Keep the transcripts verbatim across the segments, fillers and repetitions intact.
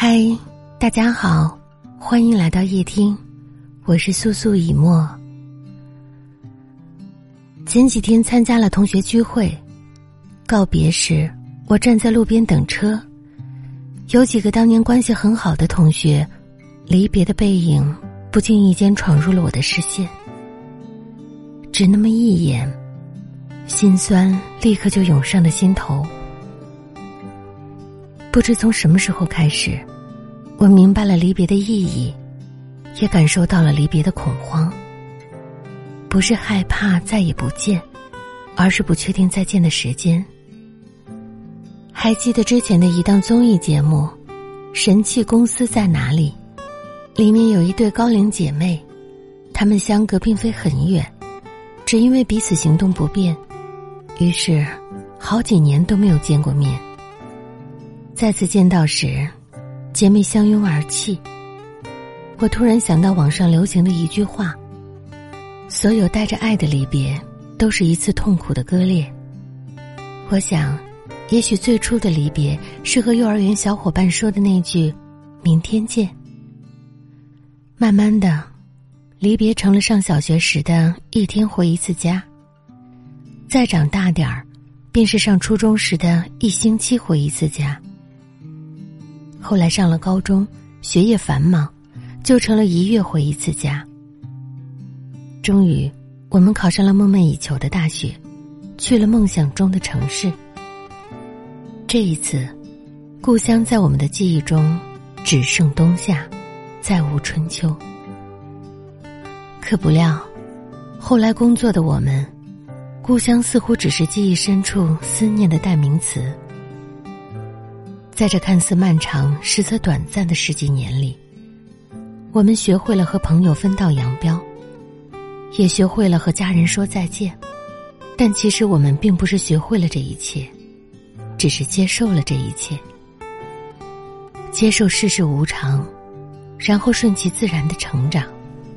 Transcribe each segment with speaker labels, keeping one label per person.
Speaker 1: 嗨，大家好，欢迎来到夜听，我是素素以沫。前几天参加了同学聚会，告别时我站在路边等车，有几个当年关系很好的同学，离别的背影不经意间闯入了我的视线。只那么一眼，心酸立刻就涌上了心头。不知从什么时候开始，我明白了离别的意义，也感受到了离别的恐慌。不是害怕再也不见，而是不确定再见的时间。还记得之前的一档综艺节目《神器公司在哪里》，里面有一对高龄姐妹，她们相隔并非很远，只因为彼此行动不便，于是好几年都没有见过面。再次见到时，姐妹相拥而泣。我突然想到网上流行的一句话，所有带着爱的离别都是一次痛苦的割裂。我想也许最初的离别是和幼儿园小伙伴说的那句明天见。慢慢的，离别成了上小学时的一天回一次家，再长大点儿，便是上初中时的一星期回一次家。后来上了高中，学业繁忙，就成了一月回一次家。终于我们考上了梦寐以求的大学，去了梦想中的城市。这一次，故乡在我们的记忆中只剩冬夏，再无春秋。可不料后来工作的我们，故乡似乎只是记忆深处思念的代名词。在这看似漫长实则短暂的十几年里，我们学会了和朋友分道扬镳，也学会了和家人说再见。但其实我们并不是学会了这一切，只是接受了这一切，接受世事无常，然后顺其自然的成长。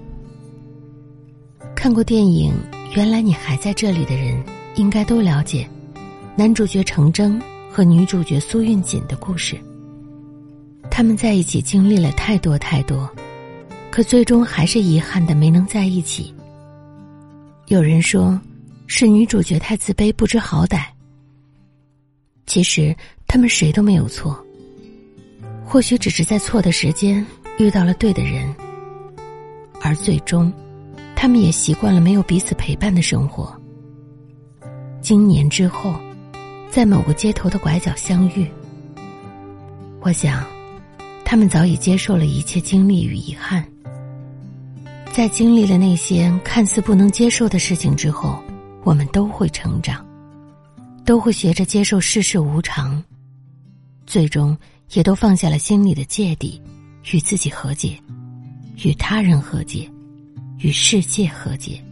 Speaker 1: 看过电影《原来你还在这里》的人应该都了解男主角程铮和女主角苏运锦的故事。他们在一起经历了太多太多，可最终还是遗憾的没能在一起。有人说是女主角太自卑不知好歹，其实他们谁都没有错，或许只是在错的时间遇到了对的人，而最终他们也习惯了没有彼此陪伴的生活。经年之后，在某个街头的拐角相遇，我想他们早已接受了一切经历与遗憾。在经历了那些看似不能接受的事情之后，我们都会成长，都会学着接受世事无常，最终也都放下了心里的芥蒂，与自己和解，与他人和解，与世界和解。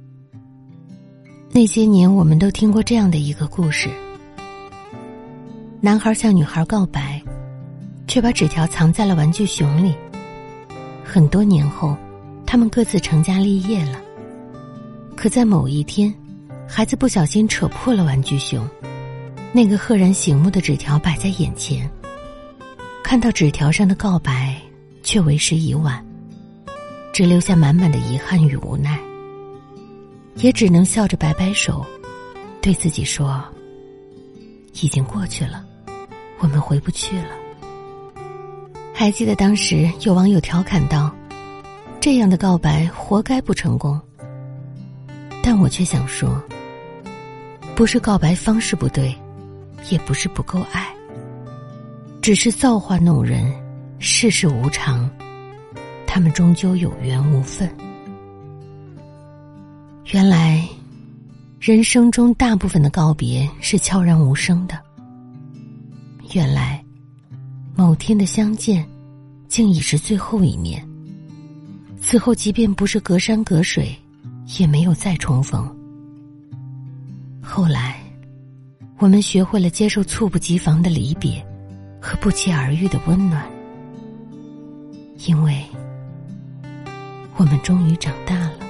Speaker 1: 那些年我们都听过这样的一个故事，男孩向女孩告白，却把纸条藏在了玩具熊里。很多年后，他们各自成家立业了。可在某一天，孩子不小心扯破了玩具熊，那个赫然醒目的纸条摆在眼前，看到纸条上的告白，却为时已晚，只留下满满的遗憾与无奈，也只能笑着摆摆手，对自己说，已经过去了，我们回不去了。还记得当时有网友调侃道，这样的告白活该不成功。但我却想说，不是告白方式不对，也不是不够爱，只是造化弄人，世事无常，他们终究有缘无分。原来人生中大部分的告别是悄然无声的，原来某天的相见竟已是最后一面，此后即便不是隔山隔水，也没有再重逢。后来我们学会了接受猝不及防的离别和不期而遇的温暖，因为我们终于长大了。